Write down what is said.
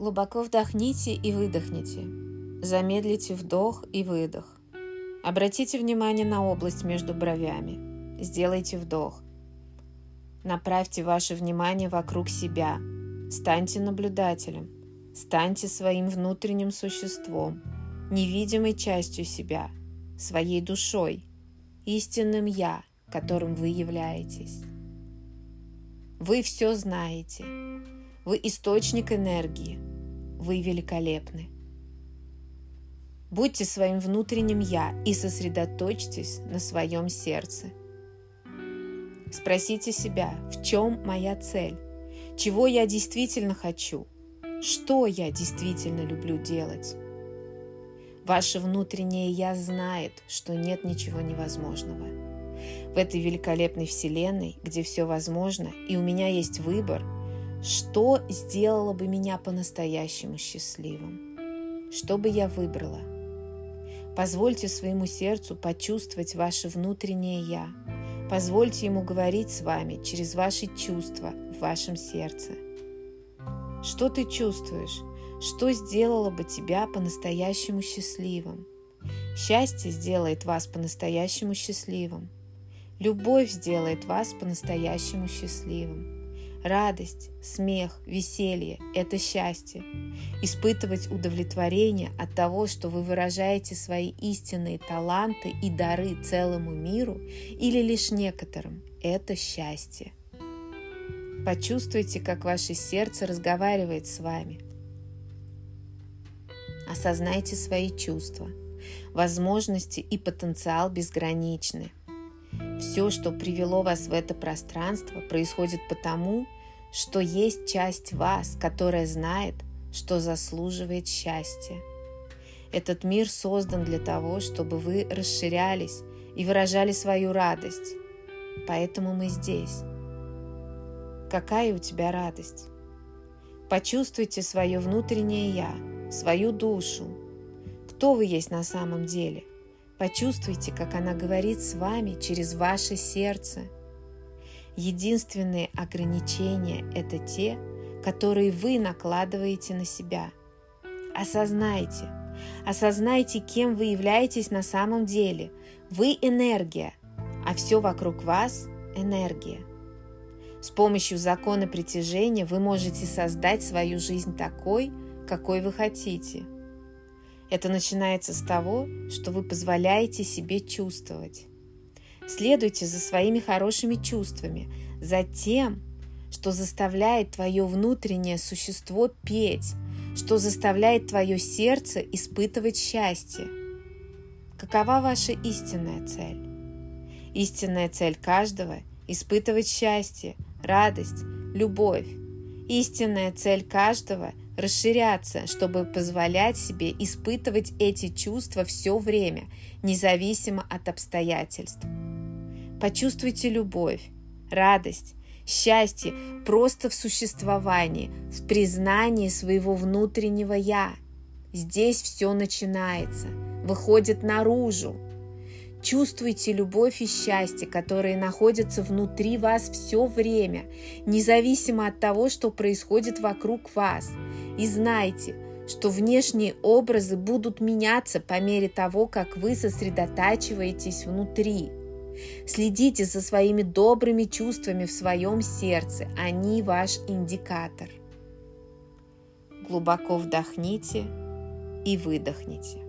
Глубоко вдохните и выдохните. Замедлите вдох и выдох. Обратите внимание на область между бровями. Сделайте вдох. Направьте ваше внимание вокруг себя. Станьте наблюдателем. Станьте своим внутренним существом, невидимой частью себя, своей душой, истинным «Я», которым вы являетесь. Вы все знаете. Вы источник энергии. Вы великолепны. Будьте своим внутренним «Я» и сосредоточьтесь на своем сердце. Спросите себя, в чем моя цель? Чего я действительно хочу? Что я действительно люблю делать? Ваше внутреннее «Я» знает, что нет ничего невозможного. В этой великолепной вселенной, где все возможно, и у меня есть выбор, что сделало бы меня по-настоящему счастливым? Что бы я выбрала? Позвольте своему сердцу почувствовать ваше внутреннее «Я». Позвольте ему говорить с вами через ваши чувства в вашем сердце. Что ты чувствуешь? Что сделало бы тебя по-настоящему счастливым? Счастье сделает вас по-настоящему счастливым. Любовь сделает вас по-настоящему счастливым. Радость, смех, веселье – это счастье. Испытывать удовлетворение от того, что вы выражаете свои истинные таланты и дары целому миру или лишь некоторым – это счастье. Почувствуйте, как ваше сердце разговаривает с вами. Осознайте свои чувства. Возможности и потенциал безграничны. Все, что привело вас в это пространство, происходит потому, что есть часть вас, которая знает, что заслуживает счастья. Этот мир создан для того, чтобы вы расширялись и выражали свою радость. Поэтому мы здесь. Какая у тебя радость? Почувствуйте свое внутреннее «Я», свою душу. Кто вы есть на самом деле? Почувствуйте, как она говорит с вами через ваше сердце. Единственные ограничения – это те, которые вы накладываете на себя. Осознайте, кем вы являетесь на самом деле. Вы энергия, а все вокруг вас – энергия. С помощью закона притяжения вы можете создать свою жизнь такой, какой вы хотите. Это начинается с того, что вы позволяете себе чувствовать. Следуйте за своими хорошими чувствами, за тем, что заставляет твое внутреннее существо петь, что заставляет твое сердце испытывать счастье. Какова ваша истинная цель? Истинная цель каждого – испытывать счастье, радость, любовь. Истинная цель каждого – расширяться, чтобы позволять себе испытывать эти чувства все время, независимо от обстоятельств. Почувствуйте любовь, радость, счастье просто в существовании, в признании своего внутреннего «Я». Здесь все начинается, выходит наружу. Чувствуйте любовь и счастье, которые находятся внутри вас все время, независимо от того, что происходит вокруг вас. И знайте, что внешние образы будут меняться по мере того, как вы сосредотачиваетесь внутри. Следите за своими добрыми чувствами в своем сердце, они ваш индикатор. Глубоко вдохните и выдохните.